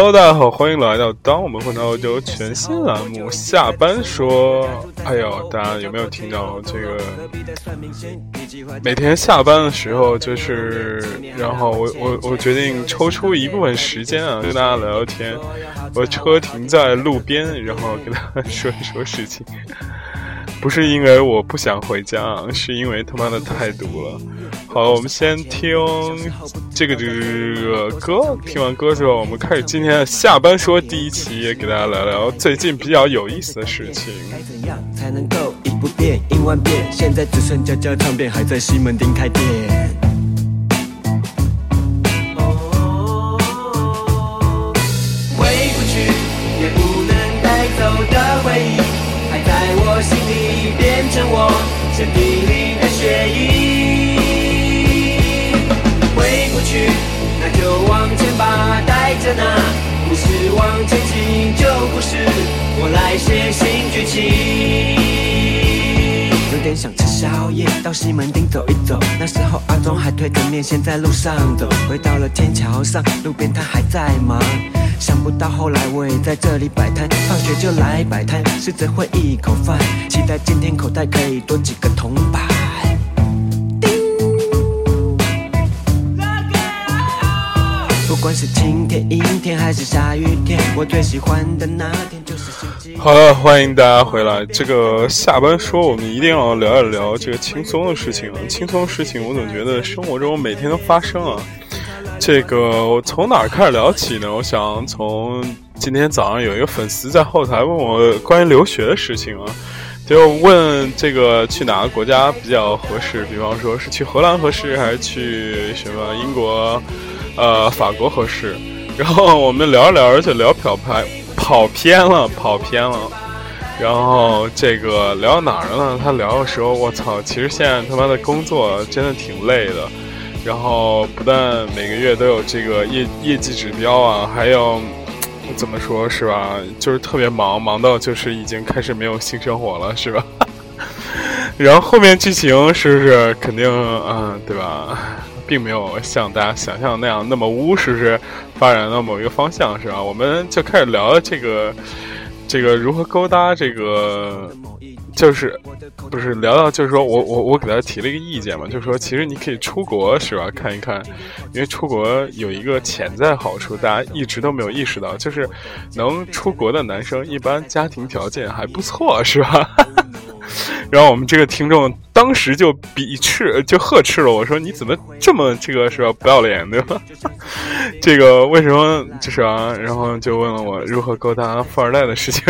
Hello， 大家好，欢迎来到当我们混到欧洲全新栏目下班说。哎呦，大家有没有听到这个？每天下班的时候，然后我决定抽出一部分时间啊，跟大家聊聊天。我车停在路边，然后跟大家说一说事情。不是因为我不想回家，是因为他妈的太堵了。好，我们先听这个歌，听完歌之后，我们开始今天的下班说第一期，给大家聊聊最近比较有意思的事情。 怎样才能够一不变应万变？现在只剩家家唱片还在西门町开店。回不去也不能带走的回忆，还在我心里变成我身体里的血液。回不去那就往前吧，带着那不是往前进就不是，我来写新剧情。有点想吃宵夜，到西门町走一走，那时候阿忠还推着面线在路上走。回到了天桥上，路边摊还在忙，想不到后来我也在这里摆摊，放学就来摆摊，试着混一口饭，期待今天口袋可以多几个铜板。不管是晴天、阴天还是下雨天，我最喜欢的那天就是星期。 好了，欢迎大家回来。这个下班说，我们一定要聊一聊这个轻松的事情啊。轻松的事情，我总觉得生活中每天都发生啊。这个我从哪儿开始聊起呢？我想从今天早上有一个粉丝在后台问我关于留学的事情啊，就问这个去哪个国家比较合适，比方说是去荷兰合适，还是去什么英国、法国合适。然后我们聊着聊着就聊跑偏了。然后这个聊到哪儿了呢？他聊的时候，我操，其实现在他妈的工作真的挺累的。然后不但每个月都有这个业绩指标啊，还有怎么说是吧，就是特别忙到就是已经开始没有性生活了，是吧？然后后面剧情是不是肯定对吧，并没有像大家想象那样那么污，是不是发展到某一个方向，是吧？我们就开始聊这个如何勾搭这个，就是不是聊到就是说我给他提了一个意见嘛，就是说其实你可以出国，是吧？看一看，因为出国有一个潜在好处，大家一直都没有意识到，就是能出国的男生一般家庭条件还不错，是吧？然后我们这个听众当时就呵斥了我说：“你怎么这么这个是吧不要脸，对吧？这个为什么就是啊？”然后就问了我如何勾搭富二代的事情。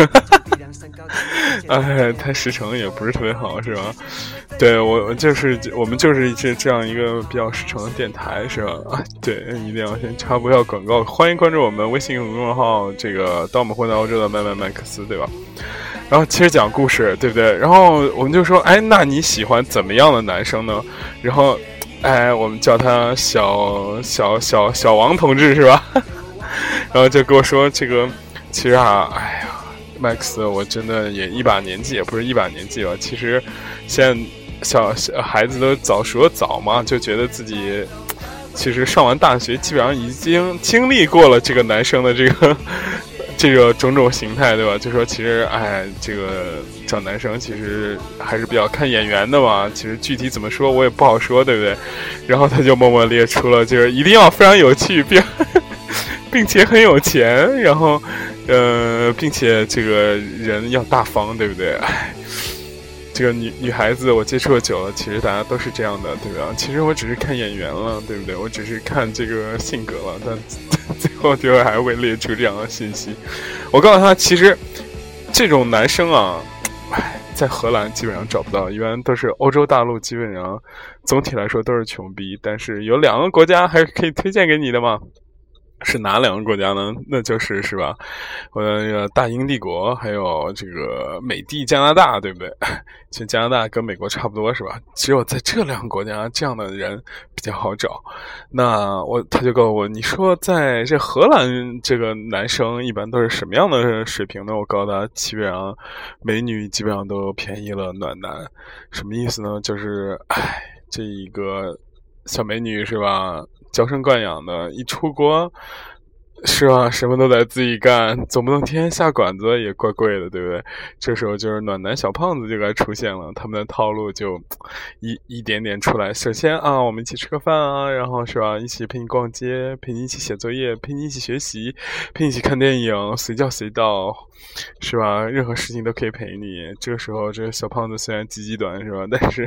哎，太实诚也不是特别好，是吧？对，我们就是这样一个比较实诚的电台，是吧？啊，对，一定要先插播要广告，欢迎关注我们微信公众号，这个当我们混到欧洲的麦克斯，对吧？然后接着讲故事，对不对？然后我们就说，哎，那你喜欢怎么样的男生呢？然后，哎，我们叫他小王同志，是吧？然后就跟我说，这个其实啊，哎呀，麦克斯，我真的也一把年纪，也不是一把年纪了。其实现在小孩子都早熟早嘛，就觉得自己其实上完大学，基本上已经经历过了这个男生的这个种种形态，对吧？就说其实，哎，这个找男生其实还是比较看眼缘的嘛。其实具体怎么说，我也不好说，对不对？然后他就默默列出了，就是一定要非常有趣，并且很有钱，然后，并且这个人要大方，对不对？哎，这个女孩子我接触的久了，其实大家都是这样的，对吧？其实我只是看眼缘了，对不对？我只是看这个性格了，但最后就还会列出这样的信息。我告诉他，其实这种男生啊，在荷兰基本上找不到，一般都是欧洲大陆，基本上总体来说都是穷逼。但是有2个国家还是可以推荐给你的嘛。是哪2个国家呢？那就是是吧？大英帝国，还有这个美帝加拿大，对不对？其实加拿大跟美国差不多，是吧？只有在这2个国家，这样的人比较好找。那他就告诉我，你说在这荷兰，这个男生一般都是什么样的水平呢？我告诉他，基本上美女基本上都便宜了暖男。什么意思呢？就是这一个小美女是吧？娇生惯养的，一出国是吧？什么都得自己干，总不能天天下馆子，也怪贵的，对不对？这时候就是暖男小胖子就该出现了，他们的套路就一点点出来。首先啊，我们一起吃个饭啊，然后是吧？一起陪你逛街，陪你一起写作业，陪你一起学习，陪你一起看电影，随叫随到，是吧？任何事情都可以陪你。这个时候，这个小胖子虽然鸡鸡短，是吧？但是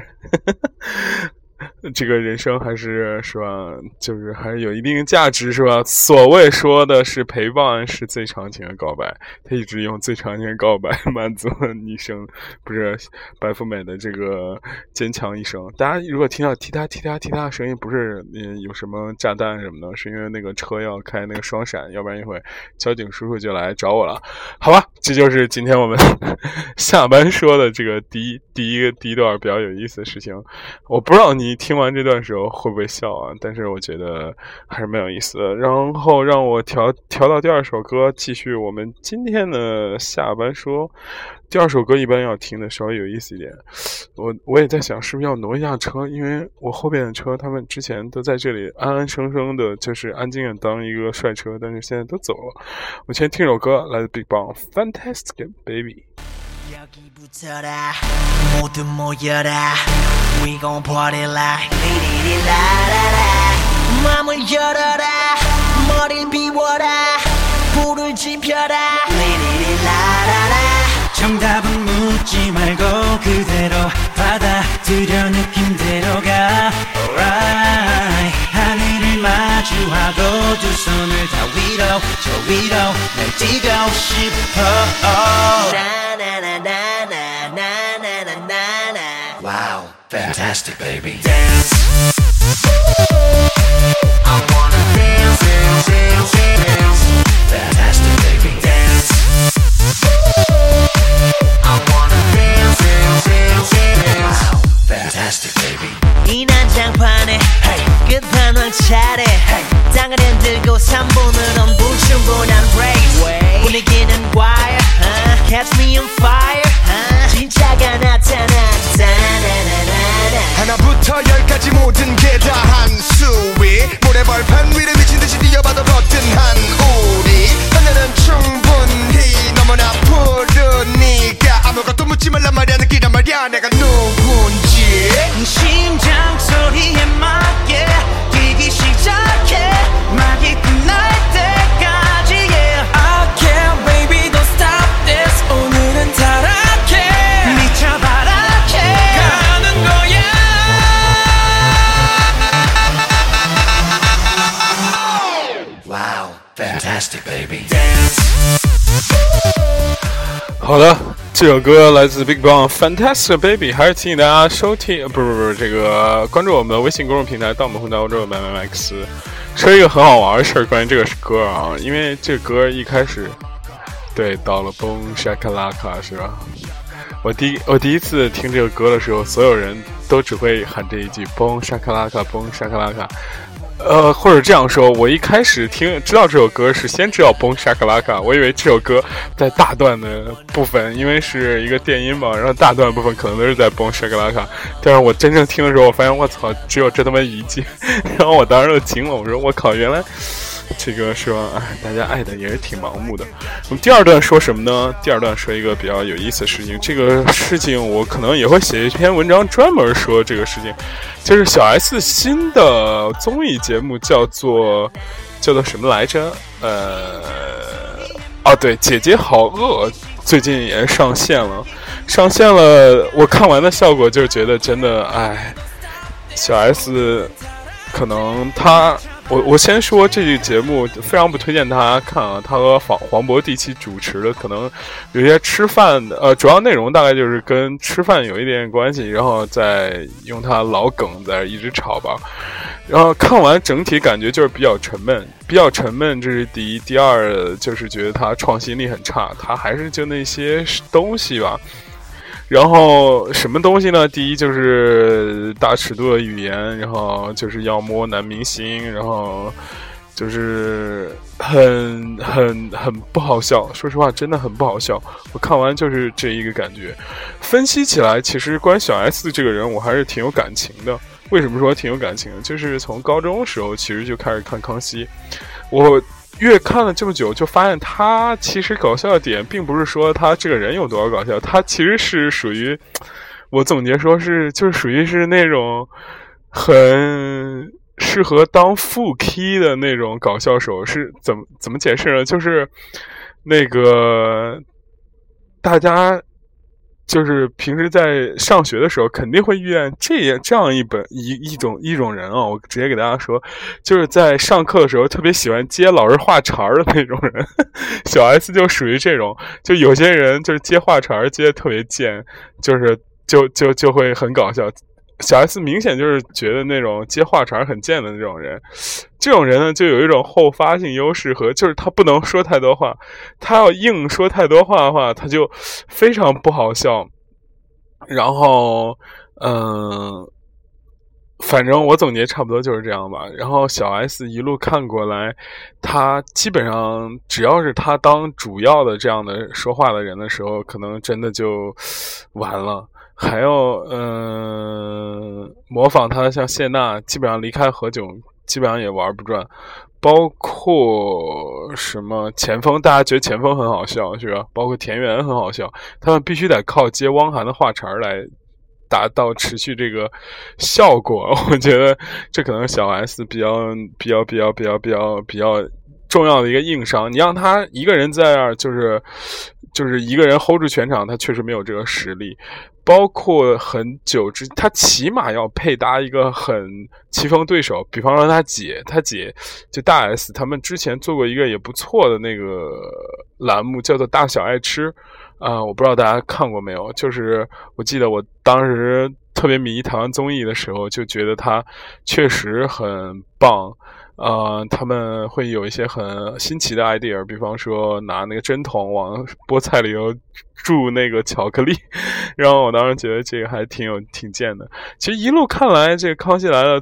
这个人生还是吧，就是还是有一定的价值，是吧？所谓说的是陪伴是最长情的告白，他一直用最长情的告白满足了女生，不是白富美的这个坚强一生。大家如果听到踢踏踢踏踢踏的声音，不是有什么炸弹什么的，是因为那个车要开那个双闪，要不然一会交警叔叔就来找我了。好吧，这就是今天我们下班说的这个第一段比较有意思的事情。我不知道你听完这段时候会不会笑啊？但是我觉得还是蛮有意思的。然后让我调到第二首歌，继续我们今天的下班说。第二首歌一般要听的稍微有意思一点。我也在想是不是要挪一下车，因为我后边的车他们之前都在这里安安生生的，就是安静的当一个帅车，但是现在都走了。我先听首歌，来自 BigBang Fantastic Baby。여기부터라 모두 모여라 We gon' party like 리리리라라라 맘을 열어라 머리를 비워라 불을 지펴라 리리리라라라 정답은 묻지 말고 그대로 받아들여 느낌대로 가 Alright 하늘을 마주하고 두 손을 다 위로 저 위로 날 뛰고 싶어 Wow, fantastic baby Dance I wanna dance, dance, dance, dance Fantastic baby Dance I wanna dance, dance, dance, dance Wow, fantastic baby 이 난장판에 끝판왕 차례 땅을 흔들고 3분은 불충분한 race 분위기는 wire Catch me on fire 진짜가 나타났다 하나부터 열까지 모든 게 다 한수위 모래벌판 위를 미친듯이 뛰어봐도 버튼한 우리 하늘은 충분히 너무나 푸르니까 아무것도 묻지 말란 말이야 느끼란 말이야 내가 누군지 심장 소리에 맞게 뛰기 시작해 막이 끝날 때까지 yeah. I can't baby don't stop this 오늘은 타락해 미쳐 바라게 가는 거야 Wow, fantastic baby Dance 好的，这首歌来自 BigBang Fantastic Baby， 还是提醒大家收听，不是这个关注我们的微信公众平台，到我们混到欧洲的MX。说一个很好玩的事儿，关于这个歌啊，因为这个歌一开始，对，到了 Boom Shakalaka 是吧？我第一次听这个歌的时候，所有人都只会喊这一句 Boom Shakalaka Boom Shakalaka。或者这样说，我一开始知道这首歌是先知道 Boom Shakalaka， 我以为这首歌在大段的部分，因为是一个电音嘛，然后大段部分可能都是在 Boom Shakalaka， 但是我真正听的时候，我发现我操，只有这他妈一句，然后我当时就惊了，我说我靠，原来这个是吧？大家爱的也是挺盲目的。我们第二段说什么呢？第二段说一个比较有意思的事情，这个事情我可能也会写一篇文章专门说这个事情，就是小 S 新的综艺节目叫做什么来着？对，姐姐好饿，最近也上线了。我看完的效果就是觉得真的，小 S 可能我先说这个节目非常不推荐大家看啊，他和黄渤第七主持的，可能有些吃饭的，主要内容大概就是跟吃饭有一点关系，然后再用他老梗在一直吵吧。然后看完整体感觉就是比较沉闷，这是第一。第二就是觉得他创新力很差，他还是就那些东西吧。然后什么东西呢？第一就是大尺度的语言，然后就是要摸男明星，然后就是很不好笑。说实话，真的很不好笑。我看完就是这一个感觉。分析起来，其实关于小 S 这个人，我还是挺有感情的。为什么说挺有感情的？就是从高中的时候，其实就开始看康熙。我越看了这么久，就发现他其实搞笑的点并不是说他这个人有多少搞笑，他其实是属于，我总结说是就是属于是那种很适合当副 key 的那种搞笑手。是怎么解释呢？就是那个大家就是平时在上学的时候肯定会遇见这样一种人啊，我直接给大家说，就是在上课的时候特别喜欢接老师话茬的那种人。小 S 就属于这种，就有些人就是接话茬接的特别贱，就是就会很搞笑。小 S 明显就是觉得那种接话茬很贱的那种人，这种人呢就有一种后发性优势和就是他不能说太多话，他要硬说太多话的话，他就非常不好笑。然后反正我总结差不多就是这样吧。然后小 S 一路看过来，他基本上只要是他当主要的这样的说话的人的时候，可能真的就完了。还有模仿他的像谢娜，基本上离开何炅基本上也玩不转。包括什么前锋，大家觉得前锋很好笑是吧？包括田园很好笑，他们必须得靠接汪涵的话茬来达到持续这个效果。我觉得这可能是小 S 比较重要的一个硬伤。你让他一个人在那儿，就是一个人 hold 住全场，他确实没有这个实力。包括很久之，他起码要配搭一个很棋逢对手，比方说他姐就大 S， 他们之前做过一个也不错的那个栏目，叫做大小爱吃我不知道大家看过没有。就是我记得我当时特别迷台湾综艺的时候，就觉得他确实很棒。他们会有一些很新奇的 idea， 比方说拿那个针筒往菠菜里头注那个巧克力，然后我当时觉得这个还挺贱的。其实一路看来，这个康熙来了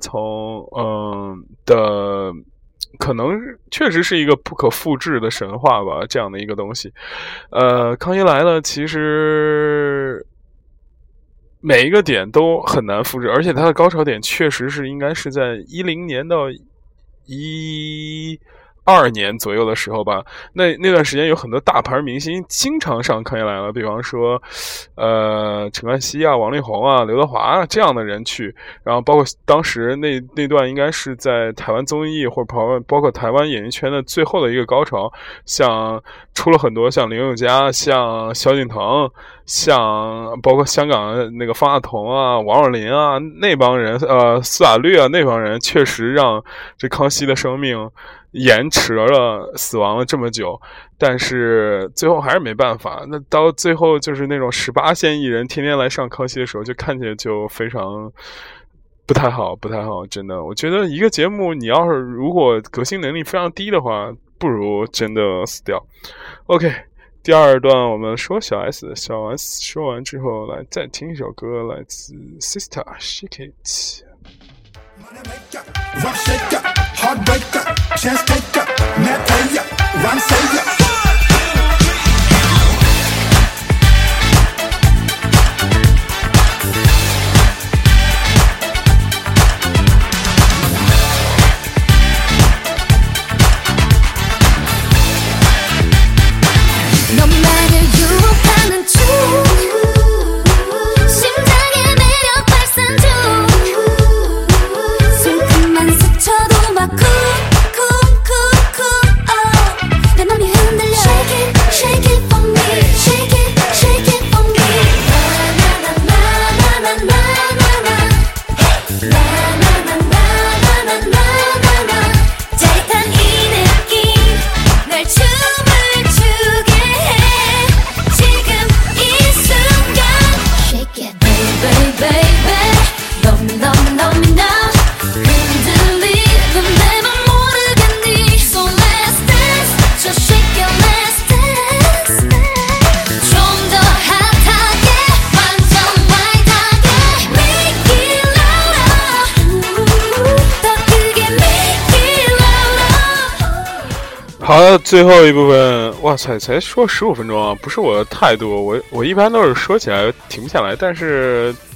的可能确实是一个不可复制的神话吧，这样的一个东西。康熙来了其实每一个点都很难复制，而且它的高潮点确实是应该是在10年到12年左右的时候吧。那段时间有很多大牌明星经常上康熙来了，比方说陈冠希啊、王力宏啊、刘德华啊这样的人去。然后包括当时那段应该是在台湾综艺或者包括台湾演艺圈的最后的一个高潮，像出了很多像林宥嘉、像萧敬腾、像包括香港那个方大同啊、王若琳啊那帮人，苏打绿啊那帮人，确实让这康熙的生命延迟了死亡了这么久。但是最后还是没办法，那到最后就是那种18线艺人天天来上康熙的时候，就看起来就非常不太好，真的。我觉得一个节目你要是如果革新能力非常低的话，不如真的死掉。 OK， 第二段我们说小 S 说完之后，来再听一首歌，来自 Sister Shake It。 Rough shaker, heartbreaker, chance taker, mad player, rhyme savior. No matter you 하는 중 심장의 매력 발산 중 손끝만 스쳐도 막 내 맘이 흔들려 Shake it, shake it for me Shake it, shake it for me 나나나나나나나나나나나나나나나나 짜릿한 이 느낌 날 춤을 추게 해 지금 이 순간 Shake it baby baby Love me love me love me now 흔들리는 내 맘 모르겠니 So let's dance just shake it let's dance 좀 더 핫하게 완전 와이드하게 Make it louder 더 크게 Make it louder 好的，最后一部分，哇塞，才说15分钟啊，不是我的态度，我一般都是说起来停不下来，但是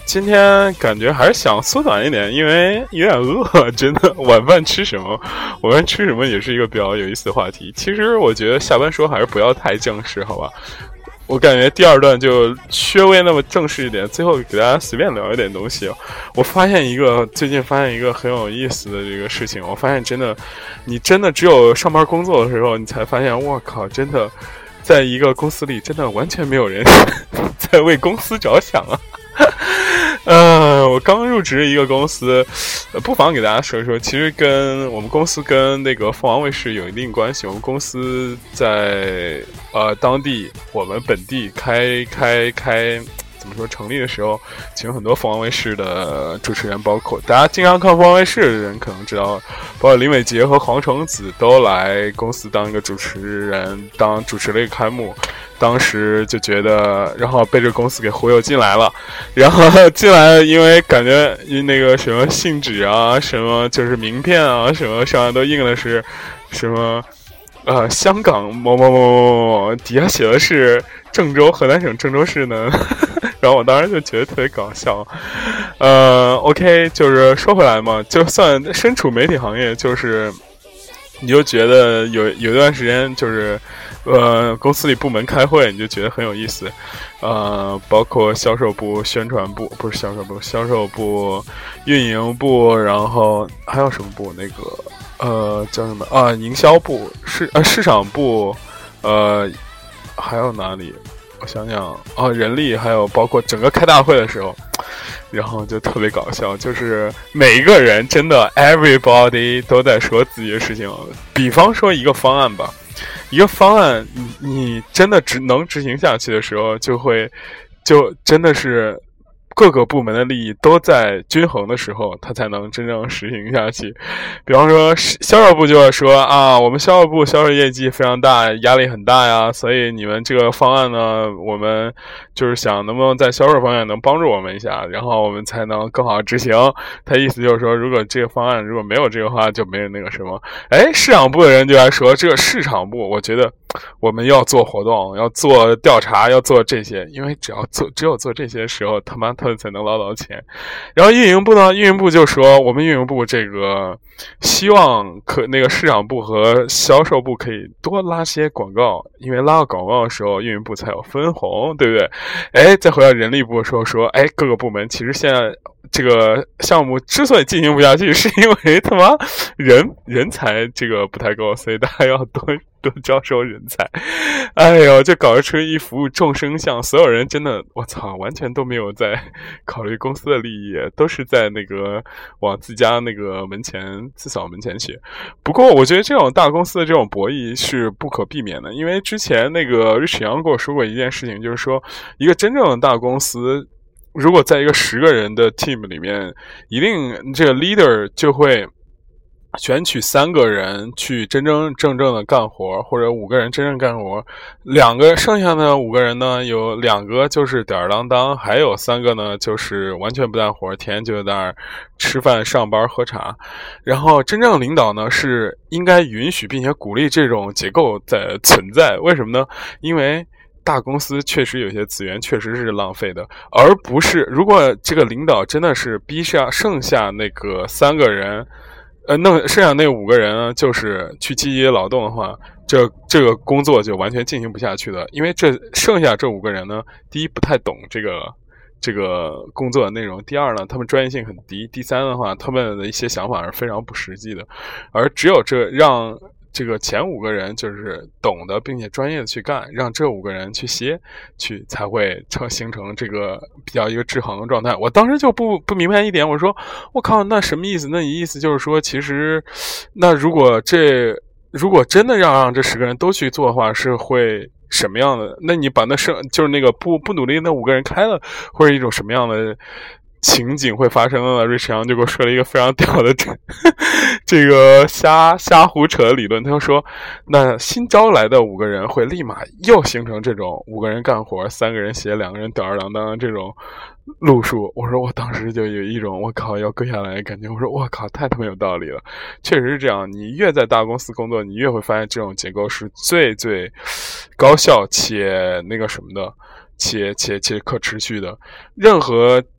今天感觉还是想缩短一点，因为有点饿，真的。晚饭吃什么？晚饭吃什么也是一个比较有意思的话题。其实我觉得下班说还是不要太正式，好吧？我感觉第二段就稍微那么正式一点，最后给大家随便聊一点东西。我最近发现一个很有意思的这个事情，我发现真的，你真的只有上班工作的时候，你才发现，我靠，真的，在一个公司里，真的完全没有人在为公司着想啊。我刚入职一个公司，不妨给大家说一说，其实跟我们公司跟那个凤凰卫视有一定关系。我们公司在当地，我们本地开怎么说成立的时候，请很多凤凰卫视的主持人，包括大家经常看凤凰卫视的人可能知道，包括林伟杰和黄橙子都来公司当一个主持人，当主持了一个开幕。当时就觉得，然后被这公司给忽悠进来了，然后进来，因为感觉那个什么信纸啊，什么就是名片啊，什么上面都印的是什么香港某某某某某，底下写的是郑州，河南省郑州市呢。然后我当时就觉得特别搞笑。OK， 就是说回来嘛，就算身处媒体行业，就是你就觉得有一段时间就是。公司里部门开会，你就觉得很有意思，包括销售部、宣传部，不是销售部，销售部、运营部，然后还有什么部？那个叫什么啊？营销部、市场部，还有哪里？我想想人力，还有包括整个开大会的时候，然后就特别搞笑，就是每一个人真的 everybody 都在说自己的事情，比方说一个方案吧。一个方案，你真的能执行下去的时候，就真的是各个部门的利益都在均衡的时候，它才能真正实行下去。比方说，销售部就要说啊，我们销售部销售业绩非常大，压力很大呀，所以你们这个方案呢，我们就是想能不能在销售方面能帮助我们一下，然后我们才能更好执行。他意思就是说，如果这个方案如果没有这个话，就没有那个什么。哎，市场部的人就来说，这个市场部，我觉得我们要做活动，要做调查，要做这些，因为只有做这些时候，他才能捞到钱。然后运营部呢，运营部就说，我们运营部这个希望那个市场部和销售部可以多拉些广告，因为拉到广告的时候，运营部才有分红，对不对？哎，再回到人力部说，哎，各个部门其实现在这个项目之所以进行不下去，是因为他妈人才这个不太够，所以大家要多招收人才。哎呦，就搞出一幅众生相，所有人真的，我操，完全都没有在考虑公司的利益，都是在那个往自家那个自扫门前雪。不过我觉得这种大公司的这种博弈是不可避免的，因为之前那个Rich Yang跟我说过一件事情，就是说一个真正的大公司，如果在一个10个人的 team 里面，一定这个 leader 就会选取3个人去真正的干活，或者5个人真正干活，剩下的5个人呢，有2个就是吊儿郎当，还有3个呢就是完全不干活，天天就在那儿吃饭、上班、喝茶。然后真正的领导呢，是应该允许并且鼓励这种结构在存在。为什么呢？因为大公司确实有些资源确实是浪费的，而不是如果这个领导真的是逼上剩下那个3个人，剩下那5个人呢，就是去积极劳动的话，这个工作就完全进行不下去了。因为剩下这5个人呢，第一不太懂这个工作的内容，第二呢，他们专业性很低，第三的话，他们的一些想法是非常不实际的，而只有让这个前5个人就是懂得并且专业的去干，让这5个人去歇去，才会形成这个比较一个制衡的状态。我当时就不明白一点，我说我靠，那什么意思？那你意思就是说，其实那如果真的让这10个人都去做的话，是会什么样的？那你把就是那个不努力那5个人开了，会是一种什么样的情景会发生了？瑞士阳就给我说了一个非常屌的这个瞎胡扯的理论，他就说，那新招来的5个人会立马又形成这种5个人干活，3个人歇，2个人吊儿郎当这种路数。我说我当时就有一种我靠要跪下来的感觉，我说我靠太他妈有道理了，确实是这样。你越在大公司工作，你越会发现这种结构是最最高效且那个什么的，且可持续的。任何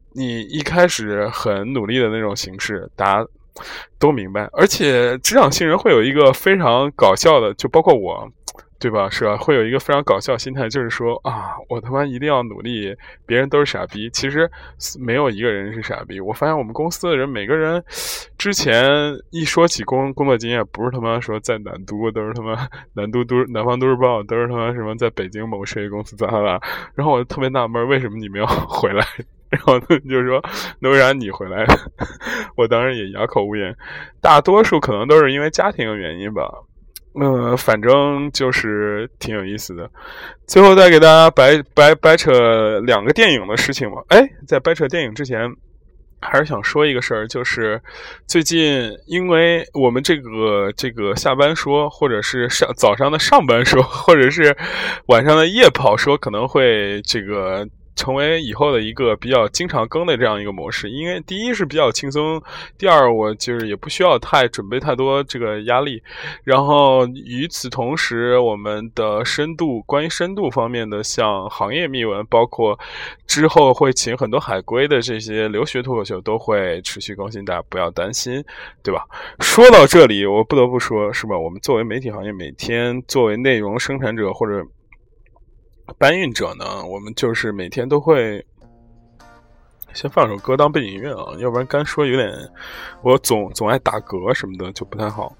你一开始很努力的那种形式，大家都明白。而且职场新人会有一个非常搞笑的，就包括我，对吧？是吧？会有一个非常搞笑的心态，就是说啊，我他妈一定要努力，别人都是傻逼。其实没有一个人是傻逼。我发现我们公司的人，每个人之前一说起工作经验，不是他妈说在南都，都是他妈南方都市报，都是他妈什么在北京某设计公司咋。然后我就特别纳闷，为什么你们要回来？然后就说那为啥你回来？我当时也哑口无言。大多数可能都是因为家庭的原因吧。反正就是挺有意思的。最后再给大家掰扯2个电影的事情吧。在掰扯电影之前，还是想说一个事儿，就是最近因为我们这个下班说，或者是早上的上班说，或者是晚上的夜跑说，可能会这个成为以后的一个比较经常更的这样一个模式。因为第一是比较轻松，第二我就是也不需要准备太多这个压力。然后与此同时，我们的关于深度方面的像行业秘闻，包括之后会请很多海归的这些留学脱口秀都会持续更新，大家不要担心，对吧？说到这里，我不得不说，是吧？我们作为媒体行业，每天作为内容生产者或者搬运者呢，我们就是每天都会先放首歌当背景音乐啊，要不然干说有点我总爱打嗝什么的就不太好。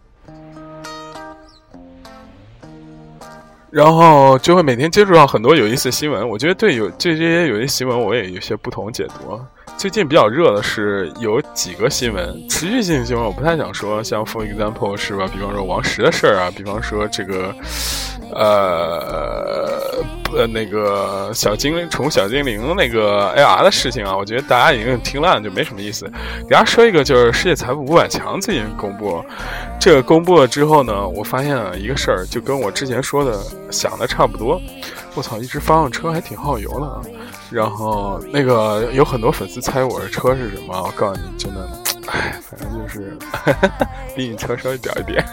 然后就会每天接触到很多有意思的新闻，我觉得对这些有些新闻我也有些不同解读。最近比较热的是有几个新闻，持续性新闻我不太想说，像 for example 是吧？比方说王石的事儿啊，比方说这个那个宠物小精灵那个 AR 的事情啊，我觉得大家已经听烂了，就没什么意思。给大家说一个，就是世界财富500强最近公布，这个公布了之后呢，我发现了一个事儿，就跟我之前说的想的差不多。我操，一直发上车还挺耗油的啊。然后那个有很多粉丝猜我的车是什么，我告诉你，真的，反正就是比你车稍微屌一点。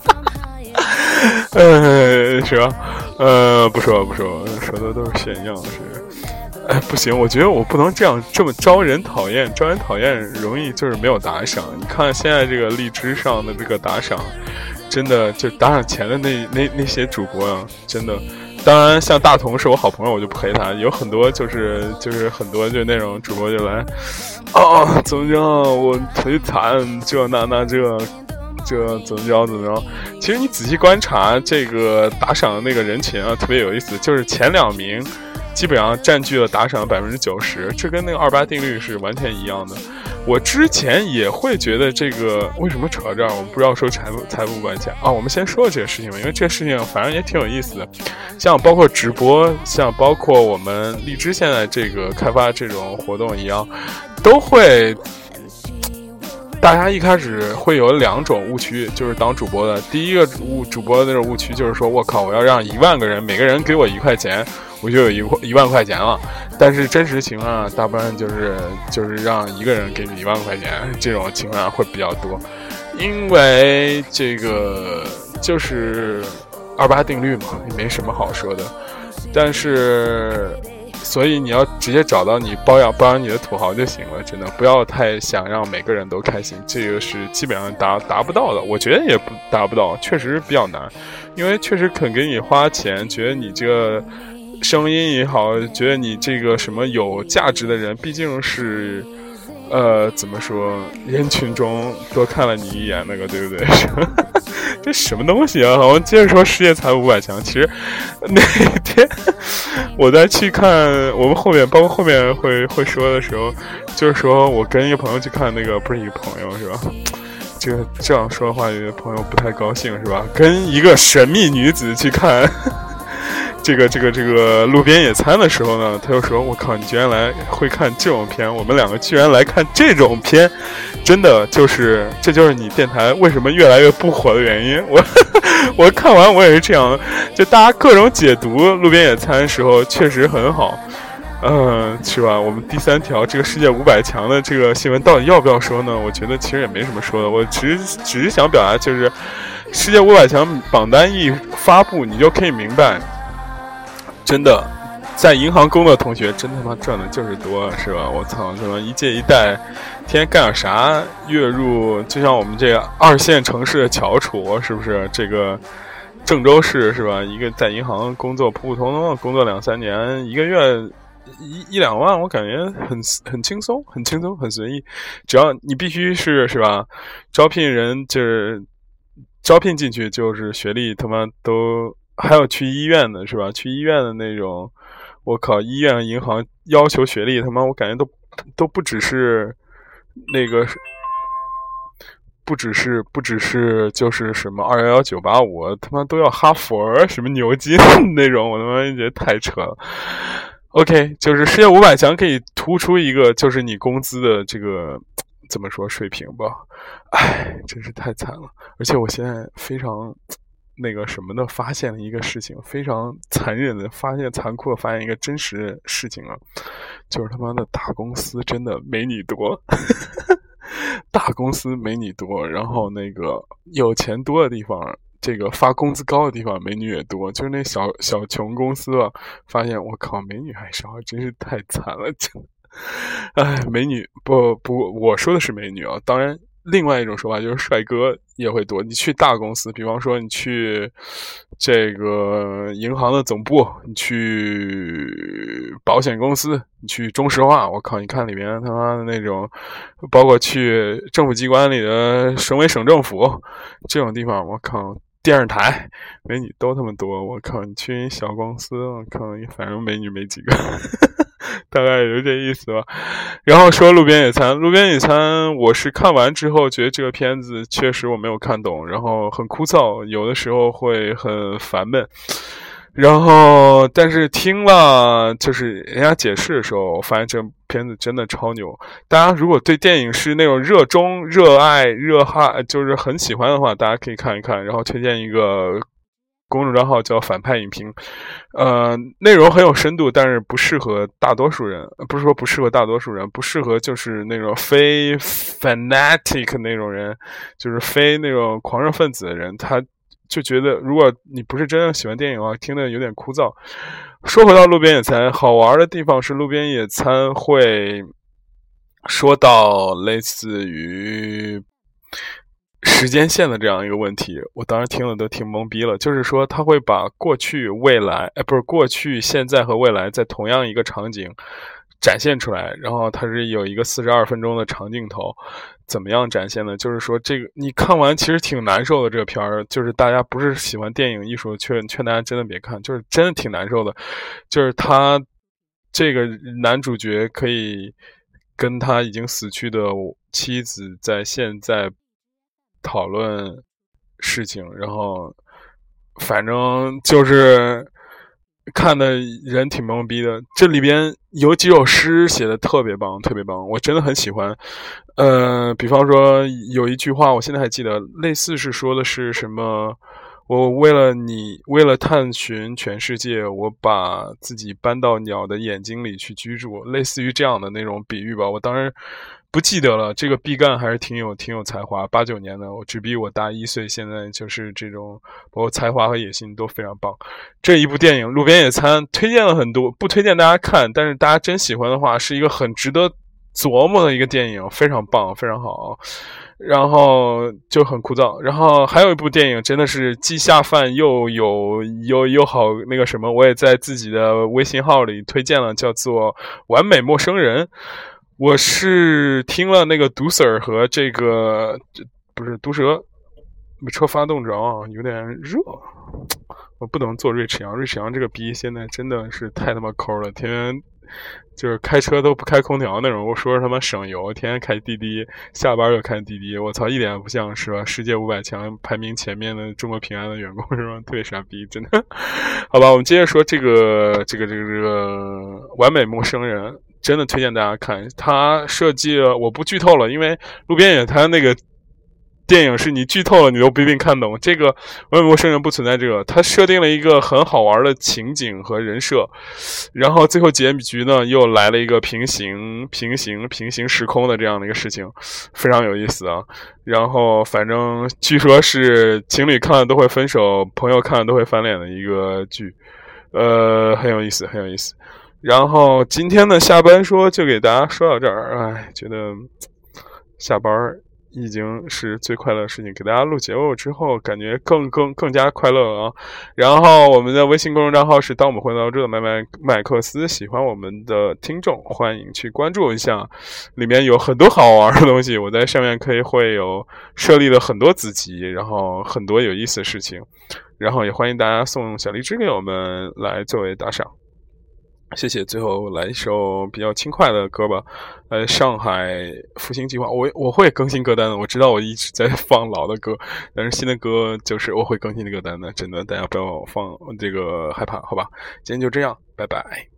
是吧？不说，说的都是炫耀，是。不行，我觉得我不能这么招人讨厌，容易就是没有打赏。你看现在这个荔枝上的这个打赏，真的就打赏前的那些主播啊，真的。当然，像大同是我好朋友，我就不黑他。有很多就是很多就那种主播就来，怎么着，我忒惨，这怎么着？其实你仔细观察这个打赏的那个人群啊，特别有意思，就是前2名基本上占据了打赏90%，这跟那个28定律是完全一样的。我之前也会觉得这个为什么扯到这儿，我们不知道说财富500强啊。我们先说这个事情吧，因为这个事情反正也挺有意思的。像包括直播，像包括我们荔枝现在这个开发这种活动一样，都会。大家一开始会有2种误区，就是当主播的第一个主播的那种误区，就是说我靠，我要让1万个人每个人给我1块钱，我就有1万块钱了。但是真实情况大部分就是让一个人给你1万块钱，这种情况会比较多。因为这个就是28定律嘛，也没什么好说的。但是所以你要直接找到你包养你的土豪就行了，真的不要太想让每个人都开心，这个是基本上达不到的。我觉得也达不到，确实比较难，因为确实肯给你花钱，觉得你这个声音也好，觉得你这个什么有价值的人，毕竟是怎么说，人群中多看了你一眼那个，对不对？这什么东西啊？我们接着说世界财富500强。其实那天我在去看我们后面，包括后面会说的时候，就是说我跟一个朋友去看那个，不是一个朋友是吧？这样说的话，有些朋友不太高兴是吧？跟一个神秘女子去看这个路边野餐的时候呢，他就说：“我靠，你居然会看这种片！我们2个居然来看这种片，真的这就是你电台为什么越来越不火的原因。”我看完我也是这样，就大家各种解读路边野餐的时候确实很好，是吧？我们第3条这个世界500强的这个新闻到底要不要说呢？我觉得其实也没什么说的，我只是想表达就是世界500强榜单一发布，你就可以明白。真的， 在银行工作的同学真他妈赚的就是多，是吧？我操，他妈一届一代，天天干点啥？月入就像我们这个2线城市的翘楚，是不是？这个郑州市是吧？一个在银行工作，普普通通的工作2-3年，一个月1-2万，我感觉很轻松，很轻松，很随意。只要你必须是吧？招聘人就是招聘进去就是学历他妈都。还有去医院的是吧？去医院的那种，我靠，医院银行要求学历，他妈我感觉都不只是那个，不只是就是什么211、985，他妈都要哈佛什么牛津那种，我他妈觉得太扯了。OK， 就是世界500强可以突出一个，就是你工资的这个怎么说水平吧？哎，真是太惨了，而且我现在非常。那个什么的发现了一个事情，非常残忍的发现，残酷的发现一个真实的事情啊，就是他妈的大公司真的美女多，大公司美女多，然后那个有钱多的地方，这个发工资高的地方美女也多，就是那小穷公司啊，发现我靠美女还少，真是太惨了，真的。哎，美女不，我说的是美女啊，当然。另外一种说法就是帅哥也会多。你去大公司，比方说你去这个银行的总部，你去保险公司，你去中石化，我靠，你看里面他妈的那种，包括去政府机关里的省委省政府这种地方，我靠，电视台美女都他妈多，我靠，你去小公司，我靠，反正美女没几个。大概有这意思吧。然后说路边野餐，路边野餐我是看完之后觉得这个片子确实我没有看懂，然后很枯燥，有的时候会很烦闷。然后但是听了就是人家解释的时候，我发现这片子真的超牛。大家如果对电影是那种热衷、热爱、热爱，就是很喜欢的话，大家可以看一看。然后推荐一个公众账号叫反派影评，内容很有深度，但是不适合大多数人，不是说不适合大多数人，不适合就是那种非 fanatic 那种人，就是非那种狂热分子的人，他就觉得如果你不是真正喜欢电影的话，听得有点枯燥。说回到路边野餐，好玩的地方是路边野餐会说到类似于时间线的这样一个问题，我当时听了都挺懵逼了。就是说他会把过去未来不是过去现在和未来在同样一个场景展现出来，然后它是有一个42分钟的长镜头。怎么样展现呢？就是说这个你看完其实挺难受的，这个片儿就是大家不是喜欢电影艺术劝大家真的别看，就是真的挺难受的。就是他这个男主角可以跟他已经死去的妻子在现在讨论事情，然后反正就是看的人挺懵逼的。这里边有几首诗写的特别棒，特别棒，我真的很喜欢。比方说有一句话我现在还记得，类似是说的是什么，我为了探寻全世界，我把自己搬到鸟的眼睛里去居住，类似于这样的那种比喻吧。我当然不记得了，这个毕赣还是挺有才华，89年的，我只比我大1岁，现在就是这种包括才华和野心都非常棒。这一部电影《路边野餐》推荐了很多，不推荐大家看，但是大家真喜欢的话，是一个很值得琢磨的一个电影，非常棒，非常好。然后就很枯燥。然后还有一部电影真的是既下饭又好那个什么，我也在自己的微信号里推荐了，叫做《完美陌生人》。我是听了那个毒 Sir 和这个不是毒蛇车发动着啊，有点热，我不能做瑞驰阳这个逼现在真的是太他妈抠了，天天就是开车都不开空调那种。我说他妈省油，天天开滴滴，下班就开滴滴，我操，一点也不像是吧世界500强排名前面的中国平安的员工是吧？特别傻逼，真的。好吧，我们接着说这个完美陌生人。真的推荐大家看，他设计了，我不剧透了，因为路边野餐那个电影是你剧透了你都不一定看懂。这个完美陌生人不存在这个，他设定了一个很好玩的情景和人设，然后最后结局呢又来了一个平行时空的这样的一个事情，非常有意思啊。然后反正据说是情侣看了都会分手，朋友看了都会翻脸的一个剧。 很有意思，很有意思。然后今天的下班说就给大家说到这儿，哎，觉得下班已经是最快乐的事情。给大家录节目之后，感觉更加快乐了啊。然后我们的微信公众账号是当我们回到这的麦克斯，喜欢我们的听众欢迎去关注一下，里面有很多好玩的东西。我在上面会有设立了很多子集，然后很多有意思的事情，然后也欢迎大家送小荔枝给我们来作为打赏。谢谢，最后来一首比较轻快的歌吧，上海复兴计划，我会更新歌单的，我知道我一直在放老的歌，但是新的歌就是我会更新的歌单的，真的，大家不要放这个害怕，好吧？今天就这样，拜拜。